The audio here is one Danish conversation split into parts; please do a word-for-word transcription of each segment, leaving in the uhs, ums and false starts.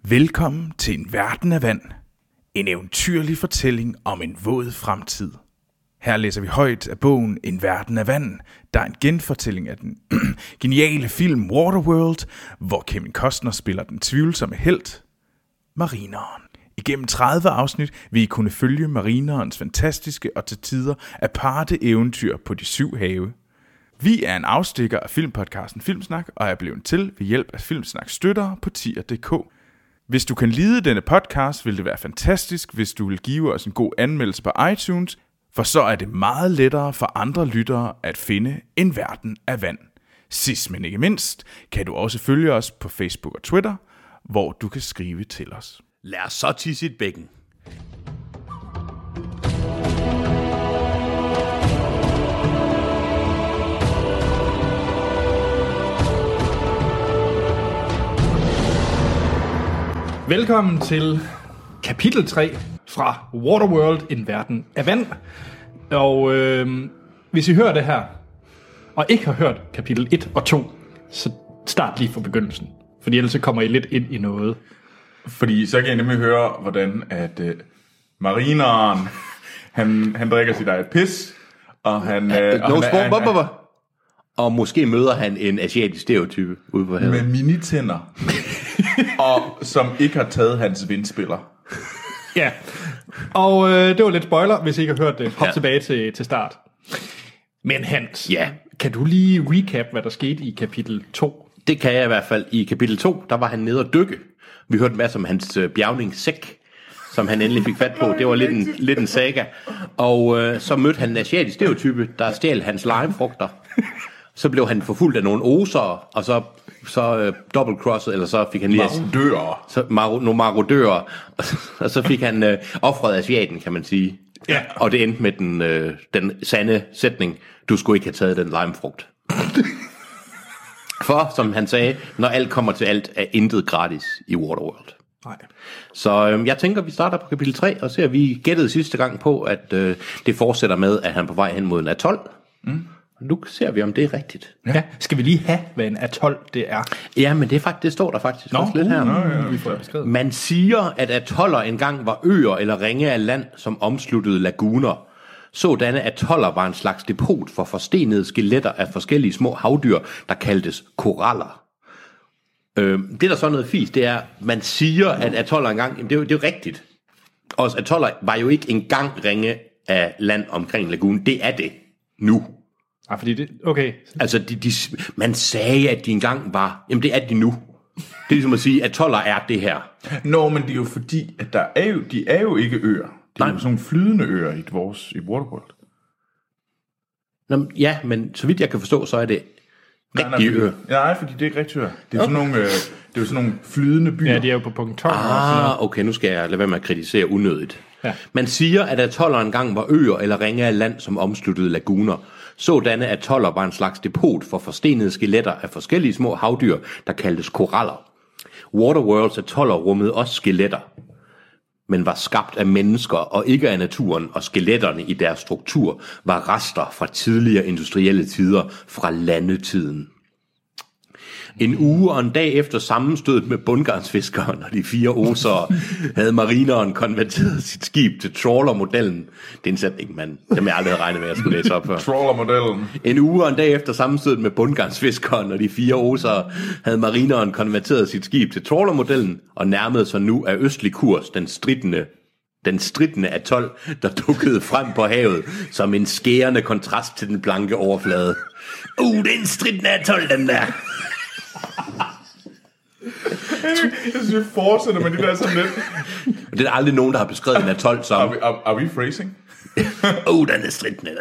Velkommen til En Verden af Vand. En eventyrlig fortælling om en våd fremtid. Her læser vi højt af bogen En Verden af Vand, der er en genfortælling af den geniale film Waterworld, hvor Kevin Costner spiller den tvivlsomme helt, marineren. Igennem tredive afsnit vil I kunne følge marinerens fantastiske og til tider aparte eventyr på de syv have. Vi er en afstikker af filmpodcasten Filmsnak, og er blevet til ved hjælp af Filmsnak støttere på tier punktum d k. Hvis du kan lide denne podcast, vil det være fantastisk, hvis du vil give os en god anmeldelse på iTunes, for så er det meget lettere for andre lyttere at finde En Verden af Vand. Sidst men ikke mindst, kan du også følge os på Facebook og Twitter, hvor du kan skrive til os. Lad os så tisse et bækken. Velkommen til kapitel tre fra Waterworld, En Verden af Vand. Og øh, hvis I hører det her, og ikke har hørt kapitel et og to, så start lige fra begyndelsen. Fordi ellers så kommer I lidt ind i noget. Fordi så kan I nemlig høre, hvordan at øh, marineren, han, han drikker sit eget pis, og han... Øh, og, han, han, han, og måske møder han en asiatisk stereotype ude på havet. Med minitænder. Og som ikke har taget hans vindspiller. Ja, og øh, det var lidt spoiler, hvis I ikke har hørt det. Hop ja. tilbage til, til start. Men Hans, ja. kan du lige recap, hvad der skete i kapitel to? Det kan jeg i hvert fald. I kapitel to, der var han nede og dykke. Vi hørte en masse om hans øh, bjergningssæk, som han endelig fik fat på. Det var lidt en, lidt en saga. Og øh, så mødte han en asiatisk stereotype, der stjal hans limefrugter. Så blev han forfulgt af nogle oser, og så, så øh, double-crosset, eller så fik han lige... Marodører. Så, mar- nogle marodører. Og, og så fik han øh, offret asiaten, kan man sige. Ja. Og det endte med den, øh, den sande sætning, du skulle ikke have taget den limefrugt. For, som han sagde, når alt kommer til alt, er intet gratis i Waterworld. Nej. Så øh, jeg tænker, vi starter på kapitel tre, og ser, at vi gættede sidste gang på, at øh, det fortsætter med, at han er på vej hen mod en atol. Mm. Nu ser vi, om det er rigtigt. Ja. Ja. Skal vi lige have, hvad en atol det er? Ja, men det, er faktisk, det står der faktisk Nå, også lidt her. Nå, ja, vi får beskrevet. Man siger, at atoller engang var øer eller ringe af land, som omsluttede laguner. Sådanne atoller var en slags depot for forstenede skeletter af forskellige små havdyr, der kaldtes koraller. Øh, det der så er noget fis, det er, man siger, at atoller engang, jamen det er jo, det er jo rigtigt. Og atoller var jo ikke engang ringe af land omkring lagunen. Det er det nu. Ah, fordi det, okay. Altså, de, de, man sagde, at de engang var... Jamen, det er de nu. Det er ligesom at sige, at atoller er det her. Nå, men det er jo fordi, at der er jo, de er jo ikke øer. Det er Nej. jo sådan nogle flydende øer i, vores, i Waterworld. Nå, ja, men så vidt jeg kan forstå, så er det rigtige øer. Nej, fordi det er ikke rigtige øer. Det er, okay. sådan nogle, øh, det er jo sådan nogle flydende byer. Ja, de er jo på punkt tolv. Ah, okay, nu skal jeg lade være med at kritisere unødigt. Ja. Man siger, at atoller engang var øer eller ringe af land, som omsluttede laguner. Sådanne atoller var en slags depot for forstenede skeletter af forskellige små havdyr, der kaldtes koraller. Waterworlds atoller rummede også skeletter, men var skabt af mennesker og ikke af naturen, og skeletterne i deres struktur var rester fra tidligere industrielle tider fra landetiden. En uge og en dag efter sammenstødet med bundgarnsfiskeren og de fire osere, havde marineren konverteret sit skib til trawler-modellen. Det er en sætning, man dem jeg aldrig havde regnet med, at jeg skulle læse op før. Trawler-modellen. En uge og en dag efter sammenstødet med bundgarnsfiskeren og de fire osere, havde marineren konverteret sit skib til trawler-modellen og nærmede sig nu af østlig kurs den stridende Den stridende atol, der dukkede frem på havet som en skærende kontrast til den blanke overflade. Uh, det er en stridende atol, den der. Jeg synes, vi fortsætter med det der sådan lidt. Det er der aldrig nogen, der har beskrevet en atol som. Are we, are, are we phrasing? Uh, den er stridende.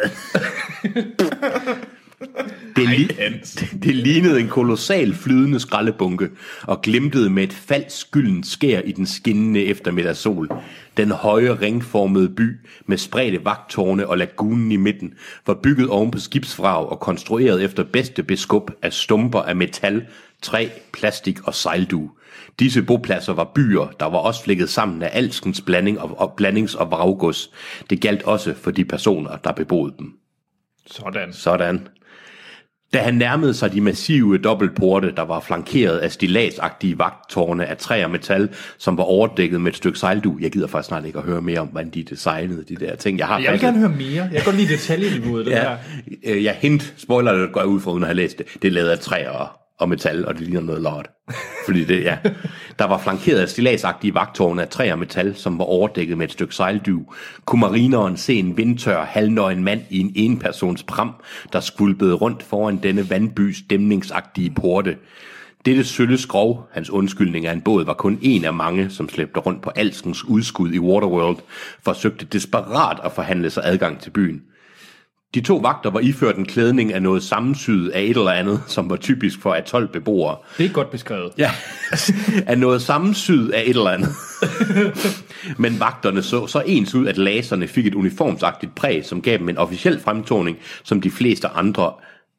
Det, li- det lignede en kolossal flydende skraldebunke og glimtede med et falsk gyldent skær i den skinnende eftermiddagssol. Den høje ringformede by med spredte vagttårne og lagunen i midten var bygget oven på skibsvrag og konstrueret efter bedste beskub af stumper af metal, træ, plastik og sejldug. Disse bopladser var byer, der var også flækket sammen af alskens blanding og, og blandings- og vraggods. Det galt også for de personer, der beboede dem. Sådan. Sådan. Da han nærmede sig de massive dobbeltporte, der var flankeret af stilladsagtige vagttårne af træ og metal, som var overdækket med et stykke sejldu. Jeg gider faktisk snart ikke at høre mere om, hvordan de designede de der ting. Jeg, har jeg vil gerne høre mere. Jeg kan godt lide detaljeniveauet. Det ja, her. Jeg hint, spoiler det, går jeg ud fra, uden at have læst det. Det er lavet af træ og, og metal, og det ligner noget lort. Fordi det, ja. Der var flankeret af stilladsagtige vagttårne af træ og metal, som var overdækket med et stykke sejldu. Kunne marineren se en vindtør, halvnøgen mand i en enpersons pram, der skvulpede rundt foran denne vandbys dæmningsagtige porte. Dette sølle skrov, hans undskyldning af en båd, var kun en af mange, som slæbte rundt på alskens udskud i Waterworld, forsøgte desperat at forhandle sig adgang til byen. De to vagter var iført en klædning af noget sammensyet af et eller andet, som var typisk for atolbeboere. Det er godt beskrevet. Ja, af noget sammensyet af et eller andet. Men vagterne så så ens ud, at laserne fik et uniformsagtigt præg, som gav dem en officiel fremtoning, som de fleste andre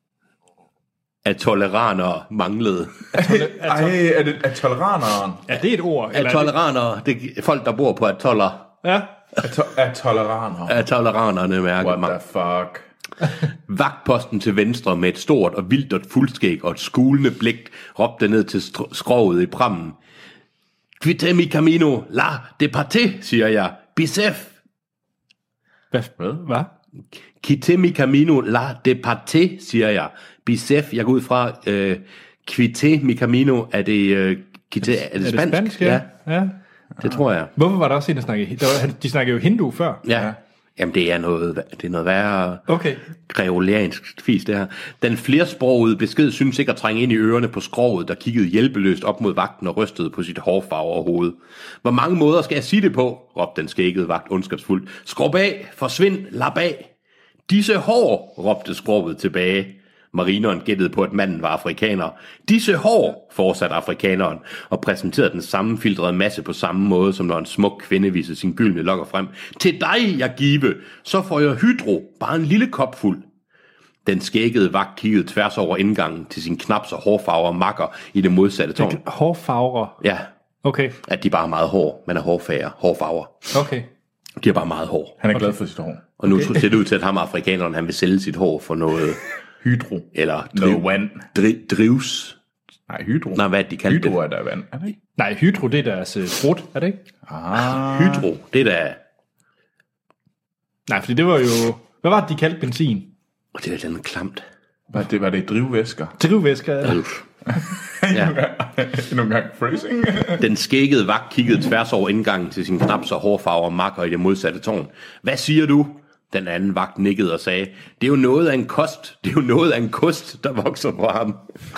atoleranere manglede. Ej, er det atoleraneren? Ja, det er et ord. Atoleranere, det er folk, der bor på atoller. Ja. Atoleranere. Atoleranerne mærker What mig. the fuck? Vagtposten til venstre med et stort og vildt og fuldskæg og et skulende blik råbte ned til skroget i prammen. Quitte mi camino, la de parté, siger jeg. Bisef. Hvad? Hvad? Quitte mi camino, la de parté, siger jeg. Bisef, jeg går ud fra, øh, quitte mi camino, er det, øh, quitte, er det spansk? Er det spansk, ja. ja. ja. Det tror jeg. Hvorfor var der også en, der snakkede? Der var, de snakkede jo hindu før. Ja. ja. Jamen, det er noget, det er noget værre okay. gregoriansk fis, det her. Den flersprogede besked synes ikke at trænge ind i ørerne på skroget, der kiggede hjælpeløst op mod vagten og rystede på sit hårfarve hoved. Hvor mange måder skal jeg sige det på? Råbte den skækkede vagt ondskabsfuldt. Skrub af, forsvind, lap af. Disse hår, råbte skroget tilbage. Marineren gættede på, at manden var afrikaner. Disse hår, fortsatte afrikaneren, og præsenterede den sammenfiltrede masse på samme måde, som når en smuk kvinde viser sin gyldne lokker frem. Til dig, jeg give, så får jeg hydro, bare en lille kop fuld. Den skækkede vagt kiggede tværs over indgangen til sin knaps og hårfarver makker i det modsatte tårn. Hårfarver? Ja. Okay. At de bare er meget hår. Man er hårfager, hårfarver. Okay. De er bare meget hår. Han er okay. glad for sit hår. Og nu okay. ser det ud til, at ham afrikaneren, han vil sælge sit hår for noget... Hydro. Eller driv, vand. Dri, drivs. Nej, hydro. Nej, hvad de kalder hydro det? er der vand, er det ikke? Nej, hydro, det er deres uh, sprut, er det ikke? Ah. Hydro, det er der... Nej, fordi det var jo... Hvad var det, de kaldte benzin? Og det er den klamt. Var det, var det drivvæsker? Drivvæsker, ja. ja. Nogle gange phrasing. Den skækkede vagt kiggede tværs over indgangen til sin knaps og hårfarver og makker i det modsatte tårn. Hvad siger du? Den anden vagt nikkede og sagde, det er jo noget af en kost, det er jo noget af en kost, der vokser på ham.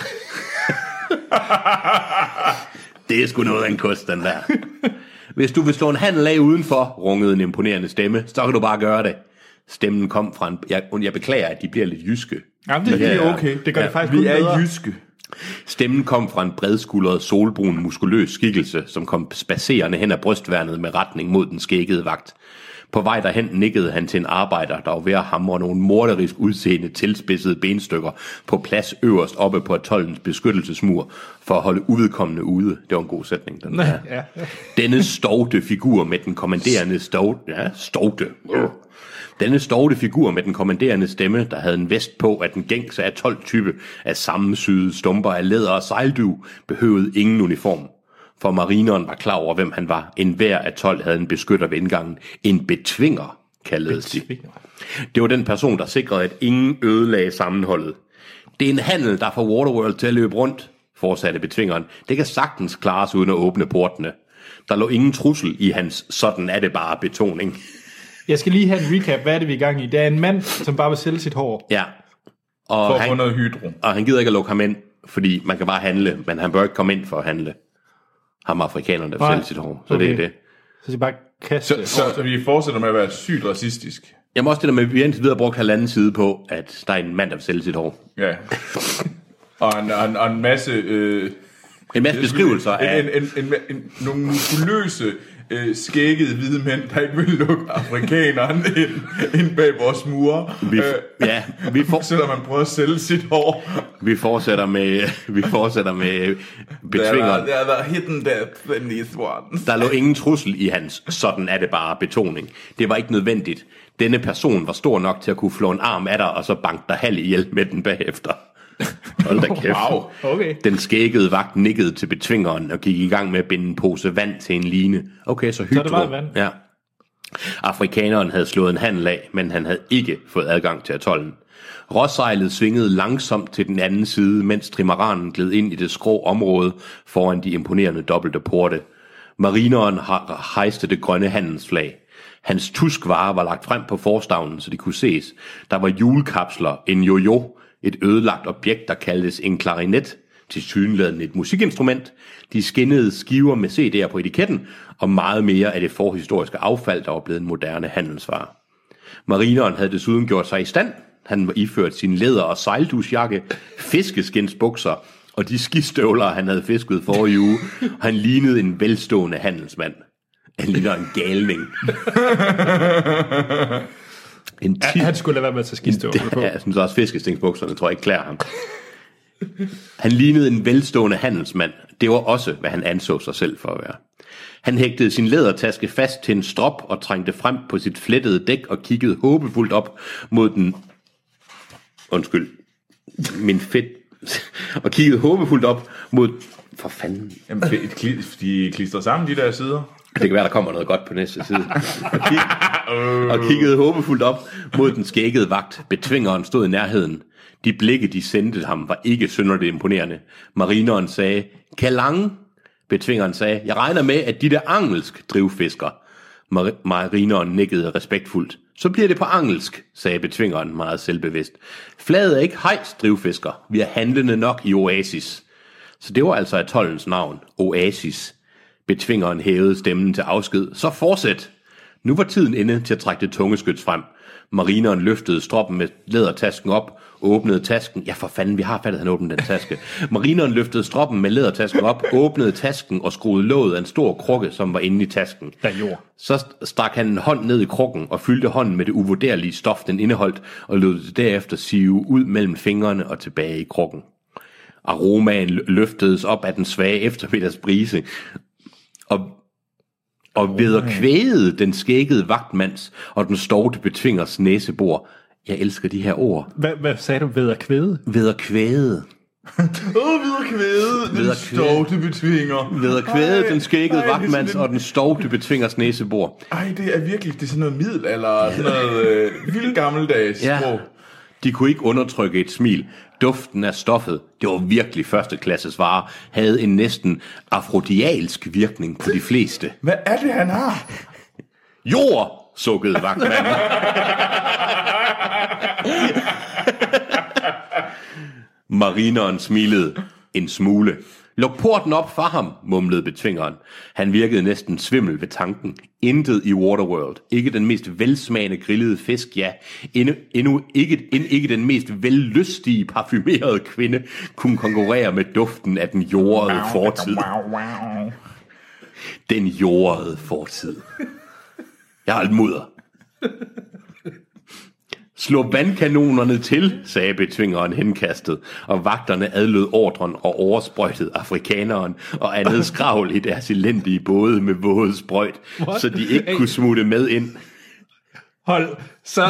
Det er sgu noget af en kost, den der. Hvis du vil slå en handel af udenfor, rungede en imponerende stemme, så kan du bare gøre det. Stemmen kom fra en... Jeg, jeg beklager, at de bliver lidt jyske. Jamen, det, det er okay. Det gør ja, det faktisk vi kun er bedre. jyske. Stemmen kom fra en bredskuldret, solbrun, muskuløs skikkelse, som kom spacerende hen ad brystværnet med retning mod den skækkede vagt. På vej derhen nikkede han til en arbejder, der var ved at hamre nogle morderisk udseende tilspidsede benstykker på plads øverst oppe på atollens beskyttelsesmur for at holde uvedkommende ude. Det var en god sætning, den der. Ja, ja. Denne stovte figur med den kommanderende stov... Ja, stovte. Denne stovte figur med den kommanderende stemme, der havde en vest på af den gængse atol-type af sammensyede stumper af læder og sejldu, behøvede ingen uniform. For marineren var klar over, hvem han var. En hver atol havde en beskytter ved indgangen. En betvinger, kaldedes de. Det var den person, der sikrede, at ingen ødelagde sammenholdet. Det er en handel, der får Waterworld til at løbe rundt, fortsatte betvingeren. Det kan sagtens klares uden at åbne portene. Der lå ingen trussel i hans sådan er det bare betoning. Jeg skal lige have en recap. Hvad er det, vi er i gang i? Det er en mand, som bare vil sælge sit hår. Ja. Og for at han, få noget hydro. Og han gider ikke at lukke ham ind, fordi man kan bare handle, men han bør ikke komme ind for at handle. Ham afrikanerne, der vil sælge sit hår. Så okay. Det er det. Så skal bare kaste. Så, så, så vi fortsætter med at være sygt racistisk. Jeg må også det der med, at vi indtil videre brugt halvanden side på, at der er en mand, der vil sælge sit hår. Ja. Og en, og en, og en masse... Øh, en masse beskrivelser af... En, en, en, en, en, nogle muskuløse, øh, skækkede hvide mænd, der ikke vil lukke afrikaneren ind, ind bag vores mure. Vi, øh, ja, vi for... Selvom man prøver at sælge sit hår. Vi fortsætter med... Vi fortsætter med betvingeren. Der er hidden death in these ones. Der lå ingen trussel i hans, sådan er det bare, betoning. Det var ikke nødvendigt. Denne person var stor nok til at kunne flå en arm af dig, og så banke dig halv ihjel med den bagefter. Hold da kæft. Wow, okay. Den skæggede vagt nikkede til betvingeren og gik i gang med at binde en pose vand til en line. Okay, så hydro. Så det var vand? Ja. Afrikaneren havde slået en handel af, men han havde ikke fået adgang til atollen. Råsejlet svingede langsomt til den anden side, mens trimaranen gled ind i det skrå område foran de imponerende dobbelte porte. Marineren hejste det grønne handelsflag. Hans tuskvarer var lagt frem på forstavnen, så de kunne ses. Der var julekapsler, en jojo, et ødelagt objekt, der kaldtes en klarinet, tilsyneladende et musikinstrument. De skinnede skiver med C D'er på etiketten, og meget mere af det forhistoriske affald, der var blevet en moderne handelsvare. Marineren havde desuden gjort sig i stand. Han var iført sin læder- og sejldusjakke, fiskeskinsbukser og de skistøvler, han havde fisket forrige uge. Han lignede en velstående handelsmand. Han ligner en galning. En ti- ja, han skulle lade være med at tage skistøvler på. Ja, jeg synes også, fiskestingsbukserne tror jeg ikke klæder ham. Han lignede en velstående handelsmand. Det var også, hvad han anså sig selv for at være. Han hægtede sin lædertaske fast til en strop og trængte frem på sit flettede dæk og kiggede håbefuldt op mod den... Undskyld. Min fedt... og kiggede håbefuldt op mod... For fanden. Jamen, de klistrer sammen, de der sider. Det kan være, der kommer noget godt på næste side. Og, kig... og kiggede håbefuldt op mod den skæggede vagt. Betvingeren stod i nærheden. De blikke, de sendte ham, var ikke synderligt imponerende. Marineren sagde, Kalang. Betvingeren sagde, jeg regner med, at de der engelsk drivfisker. Mar- Marineren nikkede respektfuldt. Så bliver det på engelsk, sagde betvingeren meget selvbevidst. Flaget er ikke hejs, drivfisker. Vi er handlende nok i Oasis. Så det var altså atollens navn, Oasis. Betvingeren hævede stemmen til afsked. Så fortsæt. Nu var tiden inde til at trække det tunge skyts frem. Marineren løftede stroppen med lædertasken op, åbnede tasken. Ja, for fanden, vi har fattet, han åbnede den taske. Marineren løftede stroppen med lædertasken op, åbnede tasken og skruede låget af en stor krukke, som var inde i tasken. Der jord. Så stak han en hånd ned i krukken og fyldte hånden med det uvurderlige stof, den indeholdt, og lod det derefter sive ud mellem fingrene og tilbage i krukken. Aromaen løftedes op af den svage eftermiddagsbrise, og og ved at kvæde den skækkede vagtmands og den stovte betvingers næsebor. Jeg elsker de her ord. Hvad, hvad sagde du? Ved at kvæde? Ved at kvæde. Åh, ved at kvæde den stovte betvinger. Ved at kvæde Ej, den skækkede ej, vagtmands sådan en... og den stovte betvingers næsebor. Ej, det er virkelig, det er sådan noget middelalder, sådan noget øh, vildt gammeldags Ja. sprog. De kunne ikke undertrykke et smil. Duften af stoffet, det var virkelig førsteklasses vare, havde en næsten afrodialsk virkning på de fleste. Hvad er det, han har? Jord, sukkede vagtmanden. Marineren smilede en smule. Luk porten op for ham, mumlede betvingeren. Han virkede næsten svimmel ved tanken. Intet i Waterworld. Ikke den mest velsmagende grillede fisk, ja. Endnu, endnu ikke, end ikke den mest vellystige parfumerede kvinde kunne konkurrere med duften af den jordede fortid. Den jordede fortid. Jeg har alt mudder. Slå vandkanonerne til, sagde betvingeren henkastet, og vagterne adlød ordren og oversprøjtede afrikaneren og andet skravl i deres elendige både med våde sprøjt, What? Så de ikke hey. kunne smutte med ind. Hold, så...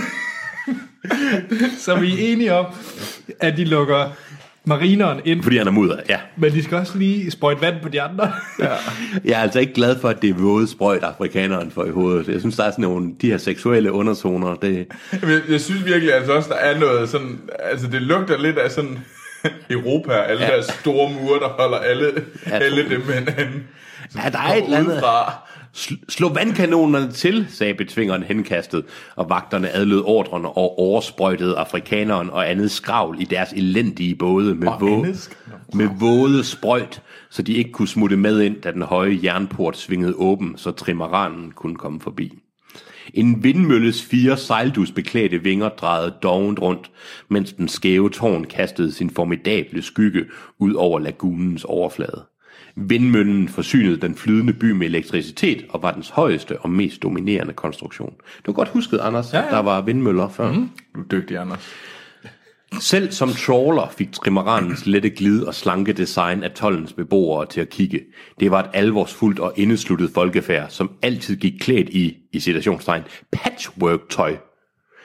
så vi er enige om, at de lukker marineren ind. Fordi han er mudder, ja. Men de skal også lige sprøjte vand på de andre. Ja. Jeg er altså ikke glad for, at det er våde sprøjt afrikaneren for i hovedet. Jeg synes, der er sådan nogle, de her seksuelle undertoner. Det... Jeg, jeg synes virkelig altså også, der er noget sådan, altså det lugter lidt af sådan Europa, alle ja. Der store mure, der holder alle, alle dem med hinanden. Ja, der er et eller andet. Slå vandkanonerne til, sagde betvingeren henkastet, og vagterne adlød ordrene og oversprøjtede afrikaneren og andet skravl i deres elendige både med, vå- med våde sprøjt, så de ikke kunne smutte med ind, da den høje jernport svingede åben, så trimaranen kunne komme forbi. En vindmølles fire sejldusbeklædte vinger drejede dovent rundt, mens den skæve tårn kastede sin formidable skygge ud over lagunens overflade. Vindmøllen forsynede den flydende by med elektricitet og var dens højeste og mest dominerende konstruktion. Du har godt husket, Anders, ja, ja. At der var vindmøller før. Mm. Du er dygtig, Anders. Selv som trawler fik trimaranens lette glid og slanke design af tollens beboere til at kigge. Det var et alvorsfuldt og indesluttet folkefærd, som altid gik klædt i, i citationstegn, patchwork-tøj.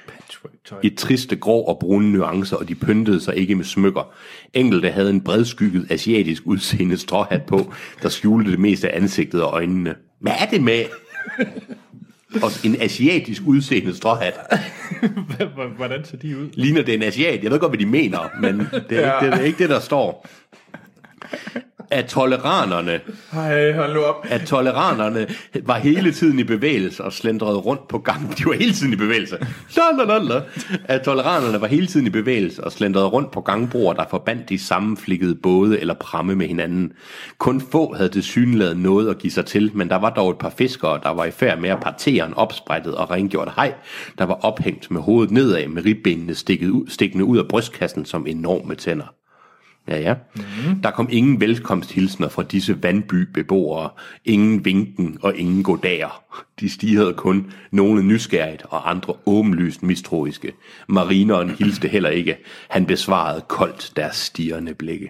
tøj. I triste grå og brune nuancer, og de pyntede sig ikke med smykker. Enkelte havde en bredskygget asiatisk udseende stråhat på, der skjulte det meste af ansigtet og øjnene. Hvad er det med? Og en asiatisk udseende stråhat. Hvordan ser de ud? Ligner det en asiat? Jeg ved godt, hvad de mener, men det er, ja. ikke, det, det er ikke det, der står. At toleranerne, Hej, hold nu op. at toleranerne var hele tiden i bevægelse og slendrede rundt på gangen. De var hele tiden i bevægelse. Lalalala. At toleranerne var hele tiden i bevægelse og slendrede rundt på gangbroer, der forbandt de sammenflikkede både eller pramme med hinanden. Kun få havde tilsyneladende noget at give sig til, men der var dog et par fiskere, der var i færd med at partere en opsprættet og rengjort haj, der var ophængt med hovedet nedad med ribbenene stikkende ud af brystkassen som enorme tænder. Ja, ja. Mm-hmm. Der kom ingen velkomsthilsner fra disse vandbybeboere, ingen vinken og ingen goddager. De stirrede kun nogle nysgerrigt og andre åbenlyst mistroiske. Marineren hilste heller ikke. Han besvarede koldt deres stirrende blikke.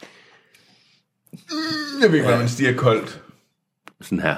Jeg ved ikke, hvordan man stiger koldt. Sådan her.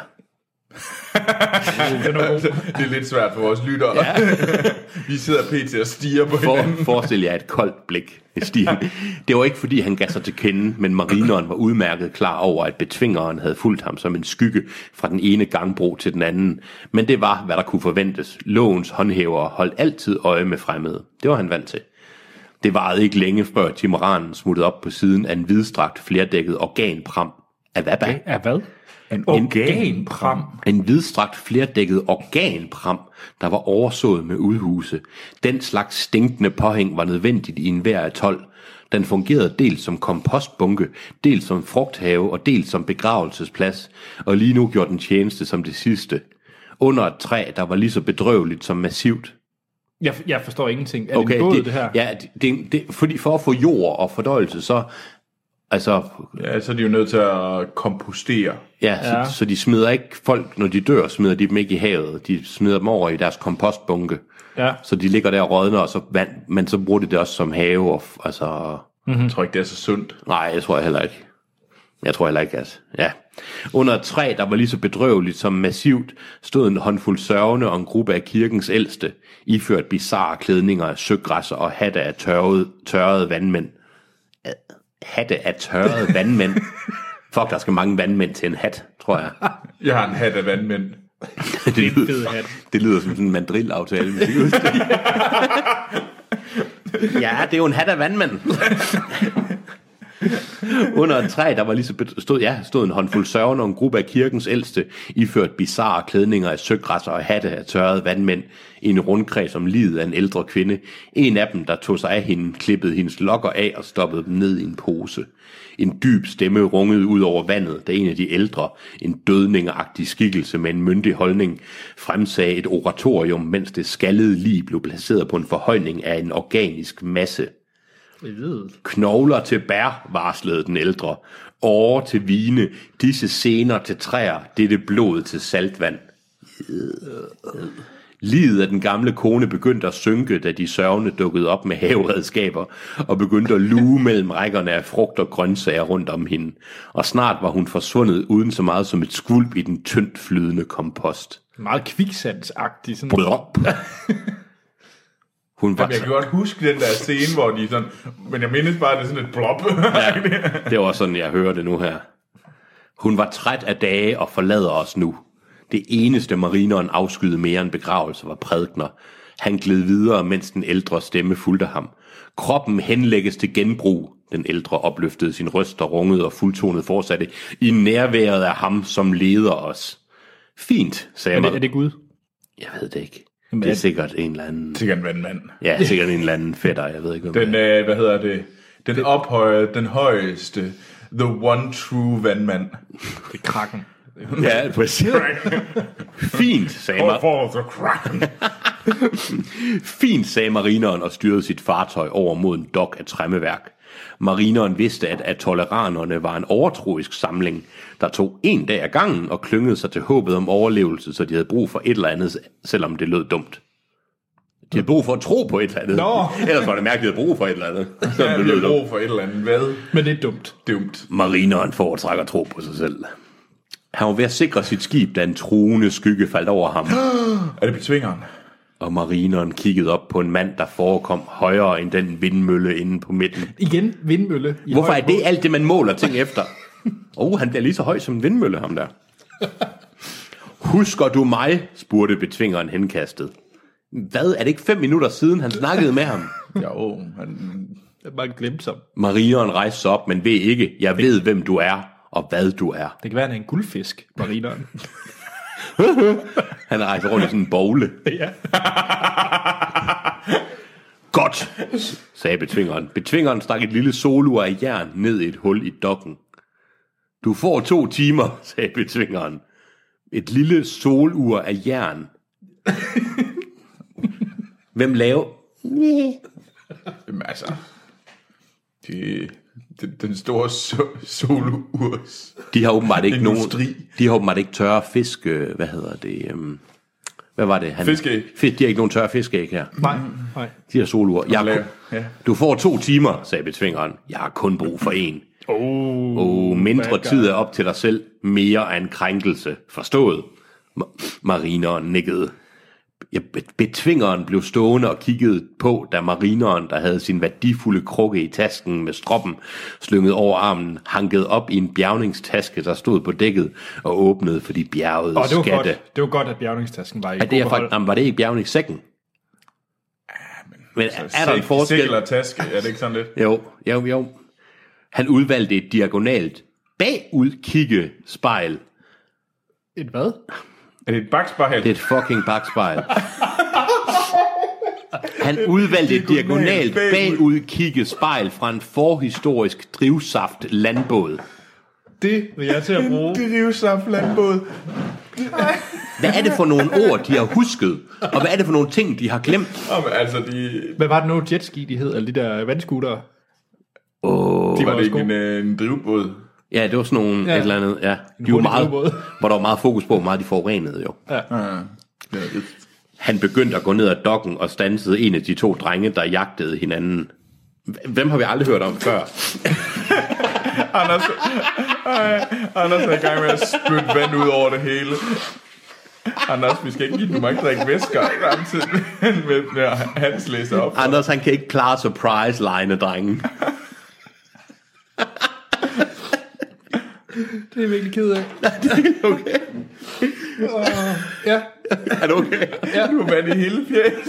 Det er lidt svært for vores lyttere. Ja. Vi sidder pt. Og stiger på For, hinanden. Forestil jer et koldt blik. Det var ikke fordi han gav sig til kende, men marineren var udmærket klar over, at betvingeren havde fulgt ham som en skygge fra den ene gangbro til den anden. Men det var, hvad der kunne forventes. Lovens håndhævere holdt altid øje med fremmede. Det var han vant til. Det varede ikke længe før timeranen smuttede op på siden af en vidstrakt flerdækket organpram. Af hvad bag? Af hvad? En organpram. En vidstrakt flerdækket organpram, der var oversået med udhuse. Den slags stinkende påhæng var nødvendigt i enhver atol. Den fungerede dels som kompostbunke, dels som frugthave og dels som begravelsesplads, og lige nu gjorde den tjeneste som det sidste. Under et træ, der var lige så bedrøveligt som massivt. Jeg, jeg forstår ingenting. Er okay, det en båd, det, det her? Ja, det, det, fordi for at få jord og fordøjelse, så... Altså, ja, så er de jo nødt til at kompostere. Ja, så, Ja. så de smider ikke folk, når de dør, smider de dem ikke i havet. De smider dem over i deres kompostbunke. Ja. Så de ligger der og rådner, og så vand, men så bruger de det også som have. Og, altså, Mm-hmm. Jeg tror ikke, det er så sundt. nej, jeg tror heller ikke. Jeg tror heller ikke, at... Ja. Under et træ, der var lige så bedrøveligt som massivt, stod en håndfuld sørgende og en gruppe af kirkens ældste, iført bizarre klædninger af søgræsser og hatte af tørrede, tørrede vandmænd. Hatte af tørrede vandmænd. Fuck, der skal mange vandmænd til en hat, tror jeg. Jeg har en hat af vandmænd. det, lyder, det lyder som sådan en mandrillaftale. Ja, det er jo en hat af vandmænd. Under et træ, der var lige så stod, ja, stod en håndfuld sørgende og en gruppe af kirkens ældste, iført bizarre klædninger af søgræsser og hatte af tørrede vandmænd, i en rundkreds om livet af en ældre kvinde. En af dem, der tog sig af hende, klippede hendes lokker af og stoppede dem ned i en pose. En dyb stemme rungede ud over vandet, da en af de ældre, en dødningeagtig skikkelse med en myndig holdning, fremsagde et oratorium, mens det skaldede lig blev placeret på en forhøjning af en organisk masse. Knogler til bær, varslede den ældre. Åre til vine, disse sener til træer, dette blod til saltvand. Livet af den gamle kone begyndte at synke, da de sørgende dukkede op med haveredskaber og begyndte at luge mellem rækkerne af frugt og grøntsager rundt om hende. Og snart var hun forsvundet uden så meget som et skvulp i den tyndt flydende kompost. Meget kviksandsagtig. Sådan. Blop. Hun var Jamen, jeg kan godt huske den der scene, hvor de sådan... Men jeg mindes bare, at det er sådan et blop. Ja, det var sådan, jeg hører det nu her. Hun var træt af dage og forlader os nu. Det eneste marineren afskyede mere end begravelse var prædikner. Han gled videre, mens den ældre stemme fulgte ham. Kroppen henlægges til genbrug. Den ældre opløftede sin røst og rungede og fuldtonet fortsatte. I nærværet af ham, som leder os. Fint, sagde Er man. det, er det Gud? Jeg ved det ikke. Det er sikkert en eller anden... Sikkert en vandmand. Ja, sikkert en eller anden fætter, jeg ved ikke, hvad Den, øh, hvad hedder det? Den ophøjede, den højeste, the one true vandmand. Det er krakken. Ja, præcis. Fint, sagde man. For the kraken. Fint, sagde marineren og styrede sit fartøj over mod en dok af træmmeværk. Marineren vidste, at atoleranerne var en overtroisk samling, der tog en dag ad gangen og klyngede sig til håbet om overlevelse, så de havde brug for et eller andet, selvom det lød dumt. De havde brug for at tro på et eller andet. Nå. Ellers var det mærkeligt at bruge for et eller andet. Ja, vi har brug for et eller andet. Hvad? Men det er dumt. Dumt. Marineren foretrækker tro på sig selv. Han var ved at sikre sit skib, da en truende skygge faldt over ham. Er det betvingeren? Og marineren kiggede op på en mand, der forekom højere end den vindmølle inde på midten. Igen vindmølle. Hvorfor er det alt det, man måler ting efter? Åh, oh, han bliver lige så høj som en vindmølle, ham der. Husker du mig? Spurgte betvingeren henkastet. Hvad? Er det ikke fem minutter siden, han snakkede med ham? Jo, han... Det er bare glemt som. Marineren rejste sig op, men ved ikke, jeg ved, hvem du er, og hvad du er. Det kan være, han er en guldfisk, marineren. Han rejser rundt i sådan en bogle. Ja. Godt, sagde betvingeren. Betvingeren stak et lille solur af jern ned i et hul i dokken. Du får to timer, sagde betvingeren. Et lille solur af jern. Hvem laver? Jamen altså... Det, det, den store so- solurs... De har åbenbart ikke Industri. nogen... De har åbenbart ikke tørre fisk... Hvad hedder det? Um, hvad var det? Han, Fiskeæg. Fisk, de har ikke nogen tørre fiskeæg her. Nej, nej. De har solur. Jeg, Lave, ja. Du får to timer, sagde betvingeren. Jeg har kun brug for en. Oh, Og mindre tid er op til dig selv. Mere af en krænkelse. Forstået? Ma- marineren nikkede. Ja, betvingeren blev stående og kiggede på, da marineren, der havde sin værdifulde krukke i tasken med stroppen slynget over armen, hankede op i en bjergningstaske, der stod på dækket og åbnede for de bjergede oh, det var skatte. Godt. Det var godt, at bjergningstasken var i Er det, er faktisk, jamen, var det ikke bjergningssækken? Men er, er der en forskel? Sæk eller taske, er det ikke sådan lidt? Jo, jo, jo. Han udvalgte et diagonalt bagudkigge spejl. Et hvad? Er det et bakspejl? Det er et fucking bakspejl. Han udvalgte et diagonalt bagudkigge spejl fra en forhistorisk drivsaft landbåd. Det vil jeg til at bruge. Drivsaft landbåd. Hvad er det for nogle ord, de har husket? Og hvad er det for nogle ting, de har glemt? Jamen, altså, de... Hvad var det nu jetski, de hed? Alle de der vandscootere? Oh, De var var det ikke også en, øh, en drivbåd? ja, det var sådan nogle Ja. ja. et eller andet. Ja. De var hurtig meget, drivbåd. hvor der var meget fokus på, hvor meget de forurenede jo. Ja. Ja, det er det. Han begyndte at gå ned ad dokken og stansede en af de to drenge, der jagtede hinanden. Hvem har vi aldrig hørt om før? Anders, ej, Anders er i gang med at spytte vand ud over det hele. Anders, vi skal ikke give den, du må ikke drikke væsker samtidig med, med Hans læser op. Anders, han kan ikke klare surprise-line, drengen. Det er virkelig ked af. Okay. Uh, ja. Er det okay? Ja. Du har vand i hele fjeset.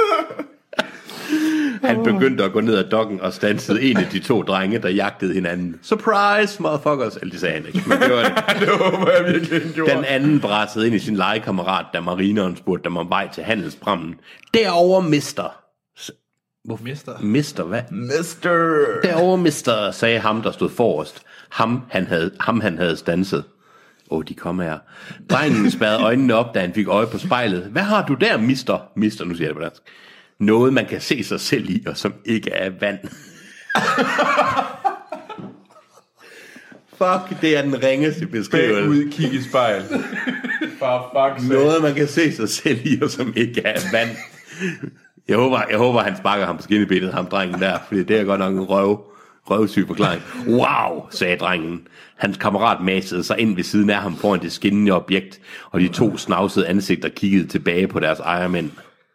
Han begyndte at gå ned ad dokken og stansede en af de to drenge, der jagtede hinanden. Surprise, motherfuckers! Eller det sagde han ikke, men det var det. Det håber jeg virkelig, han gjorde. Den anden brassede ind i sin legekammerat, da marineren spurgte dem om vej til handelsbrammen. Derover mister. Hvor mister? Mister hvad? Mister. Derover mister, sagde ham, der stod forrest. Ham, han havde, ham, han havde stanset. Åh, oh, de kommer her. Drengen spærrede øjnene op, da han fik øje på spejlet. Hvad har du der, mister? Mister, nu siger jeg det på dansk. Noget, man kan se sig selv i, og som ikke er vand. Fuck, det er den ringeste beskrivelse. Bagud, kig i spejl. For fuck's sake. Noget, man kan se sig selv i, og som ikke er vand. Jeg håber, jeg håber han sparker ham på skinnebenet, ham drengen der, fordi det er godt nok en røv, røvsyg forklaring. Wow, sagde drengen. Hans kammerat masede sig ind ved siden af ham foran det skinnende objekt, og de to snavsede ansigter kiggede tilbage på deres ejermænd.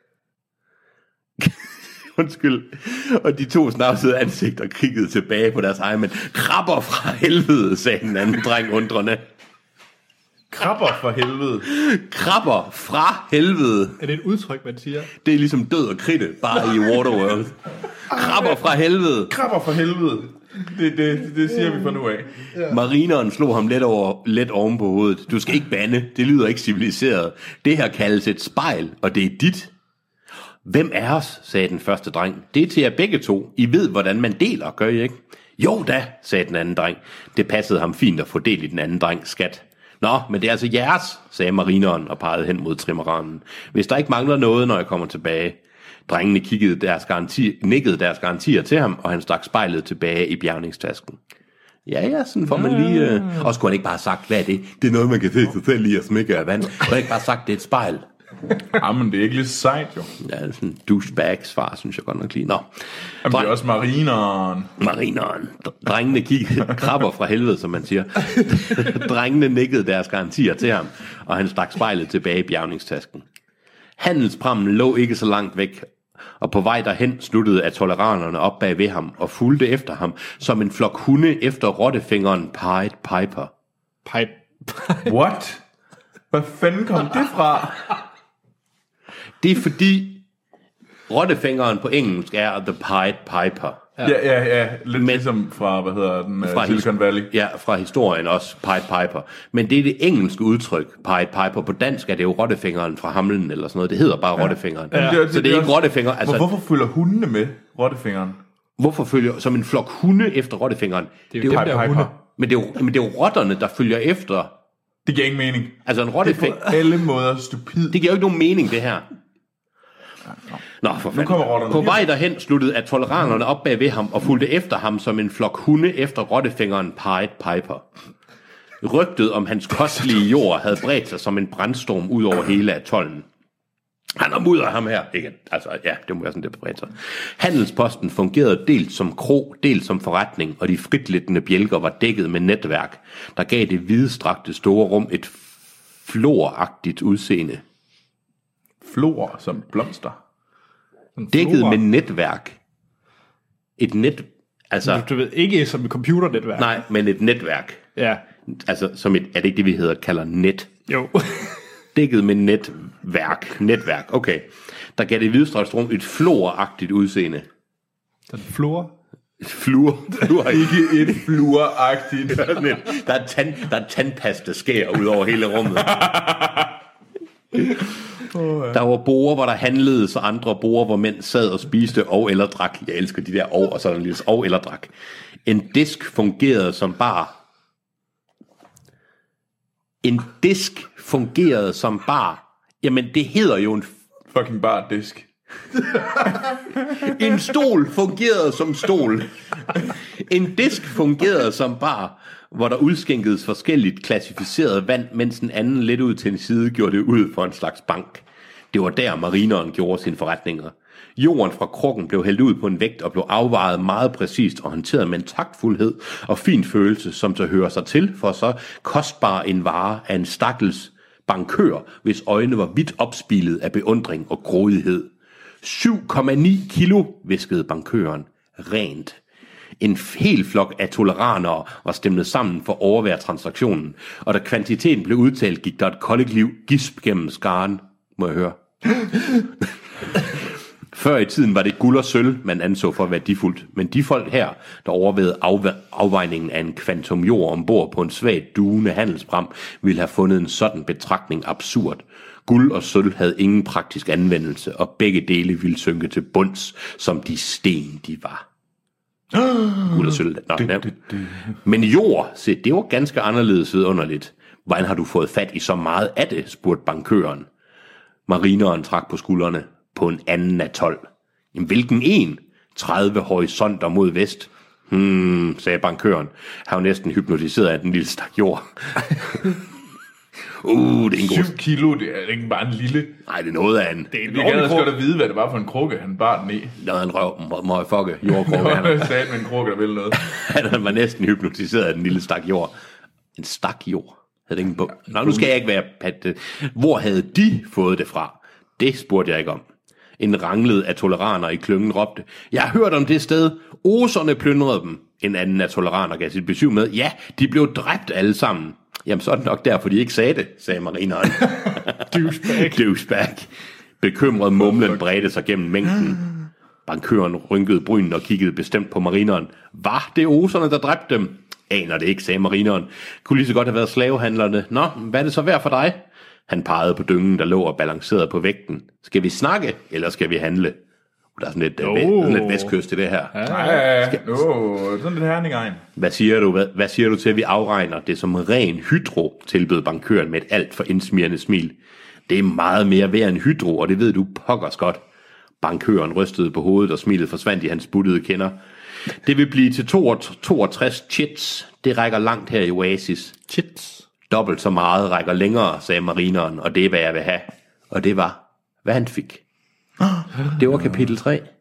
Undskyld. Og de to snavsede ansigter kiggede tilbage på deres ejermænd. Krabber fra helvede, sagde den anden dreng undrende. Krabber for helvede. Krabber fra helvede. Er det et udtryk, man siger? Det er ligesom død og kridte, bare i Waterworld. Krabber fra helvede. Krabber for helvede. Det, det, det siger vi fra nu af. Ja. Marineren slog ham let, over, let oven på hovedet. Du skal ikke bande, det lyder ikke civiliseret. Det her kaldes et spejl, og det er dit. Hvem er os, sagde den første dreng. Det er til jer begge to. I ved, hvordan man deler, gør I ikke? Jo da, sagde den anden dreng. Det passede ham fint at få del i den anden drengs skat. Nå, men det er altså jeres, sagde marineren og pegede hen mod trimaranen. Hvis der ikke mangler noget, når jeg kommer tilbage. Drengene kiggede deres garanti, nikkede deres garantier til ham, og han stak spejlet tilbage i bjergningstasken. Ja, ja, sådan får man lige... Øh... Og skulle han ikke bare have sagt, hvad er det? Det er noget, man kan se sig selv i og smække af vand. Og ikke bare sagt, det er et spejl. Jamen, det er ikke lidt sejt, jo. Ja, det er sådan en douchebag-svar, synes jeg godt nok lige. Nå. Jamen, det er også marineren. Marineren. Drengene kiggede krabber fra helvede, som man siger. Drengene nikkede deres garantier til ham, og han stak spejlet tilbage i bjergningstasken. Handelsprammen lå ikke så langt væk, og på vej derhen sluttede atoleranerne op bag ved ham og fulgte efter ham, som en flok hunde efter rottefingeren Pied Piper. Pied What? Hvad fanden kom det fra? Det er fordi rottefingeren på engelsk er The Pied Piper. Ja, ja, ja. Lidt Men- ligesom fra, hvad hedder den, Fra fra Silicon Valley. Ja, fra historien også, Pied Piper. Men det er det engelske udtryk, Pied Piper. På dansk er det jo rottefingeren fra Hamlen eller sådan noget. Det hedder bare ja. rottefingeren. Ja. Ja. Så det er ikke rottefinger. Altså, Hvor, hvorfor følger hundene med rottefingeren? hvorfor følger som en flok hunde efter rottefingeren? Det er jo dem, Pied der er Piper. hunde. Men det, er jo, men det er jo rotterne, der følger efter. Det giver ingen mening. Altså en Det er rottefinger. på alle måder stupid. Det giver jo ikke nogen mening, det her. Nå, for fanden. kommer rotterne. På vej derhen sluttede atoleranerne op bag ved ham og fulgte efter ham som en flok hunde efter rottefingeren Pied Piper. Rygtet om hans kostelige jord havde bredt sig som en brandstorm ud over hele atollen. Han har mudder ham her. Ikke? Altså, ja, det må være sådan, det bredt sig. Handelsposten fungerede dels som kro, dels som forretning, og de fritliggende bjælker var dækket med netværk, der gav det vidstrakte store rum et floragtigt udseende. Flor som blomster. Dækket Flora. med netværk. Et net... Altså, Du, du ved, ikke som et computernetværk. nej, men et netværk. Ja. Altså, som et, er det ikke det, vi hedder, kalder net? Jo. Dækket med netværk. Netværk, okay. Der gav det vidstrakte rum et floragtigt udseende. Den flora. Flur. Flur. Ikke et fluoragtigt. Der er sådan et- der er tand, der er tandpasta skær ud over hele rummet. Der var borer, hvor der handledes, og andre borer, hvor mænd sad og spiste og eller drak. Jeg elsker de der og, og sådan en lille og eller drak. En disk fungerede som bar. En disk fungerede som bar. Jamen, det hedder jo en... Fucking bar disk. En stol fungerede som stol. En disk fungerede som bar, hvor der udskænkedes forskelligt klassificeret vand, mens en anden lidt ud til en side gjorde det ud for en slags bank. Det var der marineren gjorde sine forretninger. Jorden fra krukken blev hældt ud på en vægt og blev afvejet meget præcist og håndteret med en taktfuldhed og fin følelse, som så hører sig til for så kostbar en vare af en stakkels bankør, hvis øjne var vidt opspilet af beundring og grådighed. syv komma ni kilo, viskede bankøren. Rent. En hel flok af toleranere var stemlet sammen for at overvære transaktionen, og da kvantiteten blev udtalt, gik der et kollektiv gisp gennem skaren, må jeg høre. Før i tiden var det guld og sølv, man anså for værdifuldt, men de folk her, der overvejede afve- afvejningen af en kvantum jord ombord på en svagt duende handelspram, ville have fundet en sådan betragtning absurd. Guld og sølv havde ingen praktisk anvendelse, og begge dele ville synke til bunds, som de sten, de var. Guld og sølv. Nå, ja. Men jord, se, det var ganske anderledes vidunderligt. Hvordan har du fået fat i så meget af det, spurgte bankøren. Marineren trak på skuldrene. På en anden atol. Jamen, hvilken en? tredive horisonter mod vest. Hmm, sagde bankøren. Han var næsten hypnotiseret af den lille stak jord. uh, det er en god... syv kilo, det er ikke bare en lille. Nej, det er noget af en... Det er en Vi gad også godt at vide, hvad det var for en krukke, han bar den i. Noget af en røv, må, må jeg fucke, jordkrukke. Han, Han sagde med en krukke, der ville noget. han var næsten hypnotiseret af den lille stak jord. En stak jord? Havde det ingen på? Nå, nu skal jeg ikke være... Pat... Hvor havde de fået det fra? Det spurgte jeg ikke om. En ranglet af toleraner i klyngen råbte, jeg har hørt om det sted. Oserne plyndrede dem. En anden af toleraner gav sit besøg med, ja, de blev dræbt alle sammen. Jamen, så er det nok derfor, de ikke sagde det, sagde marineren. Douchebag. Douchebag. Bekymret mumlen bredte sig gennem mængden. Bankøren rynkede brynen og kiggede bestemt på marineren. Var det oserne, der dræbte dem? Aner det ikke, sagde marineren. Kunne lige så godt have været slavehandlerne. Nå, hvad er det så værd for dig? Han pegede på dyngen, der lå og balancerede på vægten. Skal vi snakke, eller skal vi handle? Der er sådan lidt, oh. sådan lidt vestkyst i det her. Ja. Nej, no, sådan lidt herningegn. Hvad siger du, hvad, hvad siger du til, at vi afregner det som ren hydro, tilbød bankøren med et alt for indsmirrende smil. Det er meget mere værd end hydro, og det ved du pokkers godt. Bankøren rystede på hovedet, og smilet forsvandt i hans buttede kinder. Det vil blive til toogtres chits. Det rækker langt her i Oasis. Chits. Dobbelt så meget rækker længere, sagde marineren, og det er, hvad jeg vil have. Og det var, hvad han fik. Det var kapitel tre.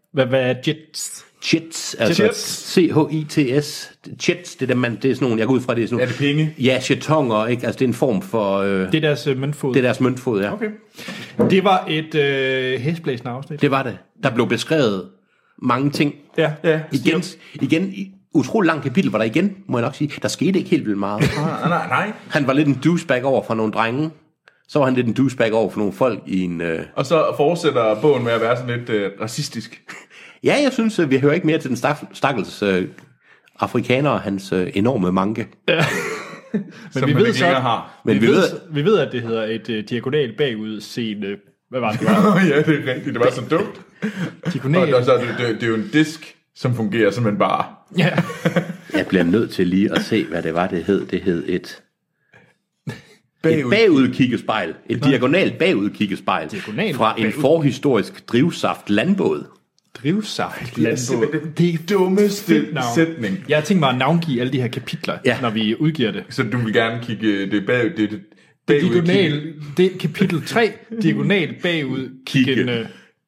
Hvad, hvad er jets? Chits, altså Chits. C H I T S. Chits, det er, dem, man, det er sådan nogle, jeg går ud fra, det er sådan nogle... Er det penge? Ja, jetonger, ikke? Altså, det er en form for... Øh, Det er deres øh, møntfod. det er deres møntfod, ja. Okay. Det var et øh, hæsblæsende afsnit. Det var det. Der blev beskrevet mange ting. Ja. Ja. Igen, igen, i utrolig lang kapitel var der igen, må jeg nok sige. Der skete ikke helt vildt meget. Nej, nej, nej. Han var lidt en douchebag over for nogle drenge. Så var han lidt en douchebag over for nogle folk i en... Øh... Og så fortsætter bogen med at være sådan lidt øh, racistisk. Ja, jeg synes, vi hører ikke mere til den stak- stakkels øh, afrikaner og hans øh, enorme manke. Ja. Men som vi man ved ikke så, længere har. vi, Men vi ved, ved- vi ved, at det hedder et uh, diagonal bagudseende. Hvad var det? Ja, det er rigtigt. Det var så dumt. Diagonal. Og, og så er det, det, det er jo en disk, som fungerer som en bar. Ja. Jeg bliver nødt til lige at se, hvad det var, det hed. Det hed et... Bagud. Et bagudkiggespejl. Et diagonalt bagudkiggespejl. Diagonalt fra en bagud- forhistorisk drivsaft landbåd. Drivsaft. Det er simpelthen den dummeste Fedt navn. sætning. Jeg har tænkt mig at navngive alle de her kapitler, Ja. når vi udgiver det. Så du vil gerne kigge det bag... Det, det, bagud Diagonal, det er kapitel tre, diagonal bagud, kiggende.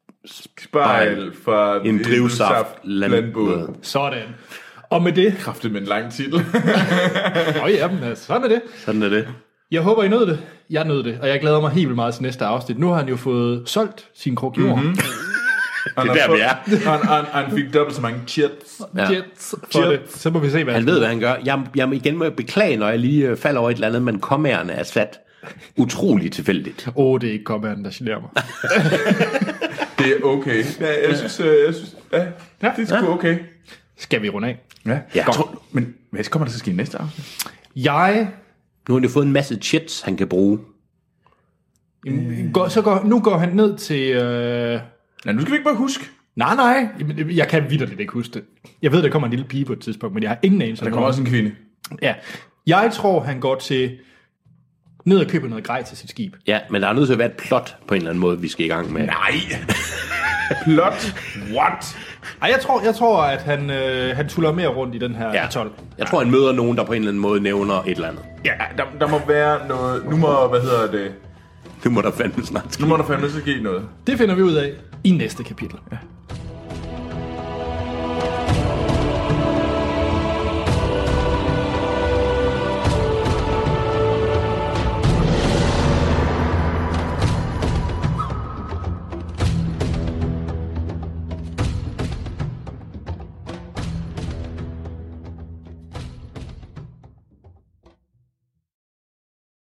spejl fra En drivsaft landbåd. Sådan. Og med det, Kraftigt med en lang titel. og ja, men altså, sådan er det. Sådan er det. Jeg håber, I nød det. Jeg nød det, og jeg glæder mig helt vildt meget til næste afsnit. Nu har han jo fået solgt sin krog jord. Mm-hmm. Det er der, vi er. Og han, han, han fik dobbelt så mange chips. Ja. Jets for det. Så må vi se, hvad Han ved, hvad han gør. Jeg, jeg igen må jeg beklage, når jeg lige øh, falder over et eller andet, men kommærerne er sat utroligt tilfældigt. Åh, oh, det er ikke kommeren, der generer mig. Det er okay. Ja, jeg synes, øh, jeg synes ja, Ja. det er sgu okay. Skal vi runde af? Ja. Ja. Tror, men hvad kommer der til at ske i næste afsnit? Jeg... Nu har han jo fået en masse chits, han kan bruge. Mm. Går, så går, nu går han ned til... Øh... Nej, nu skal vi ikke bare huske. Nej, nej. Jamen, jeg kan vitterligt ikke huske det. Jeg ved, der kommer en lille pige på et tidspunkt, men jeg har ingen anelse. Der kommer også en kvinde. Ja. Jeg tror, han går til... ned og køber noget grej til sit skib. Ja, men der er nødt til at være et plot på en eller anden måde, vi skal i gang med. Nej. Plot. What? Ej, jeg tror, jeg tror at han, øh, han tuller mere rundt i den her Ja. atol. Jeg tror, han møder nogen, der på en eller anden måde nævner et eller andet. Ja, der, der må være noget... Nu må, hvad hedder det? Nu må der fandme snart ske. Nu må der fandme så ske noget. Det finder vi ud af i næste kapitel. Ja.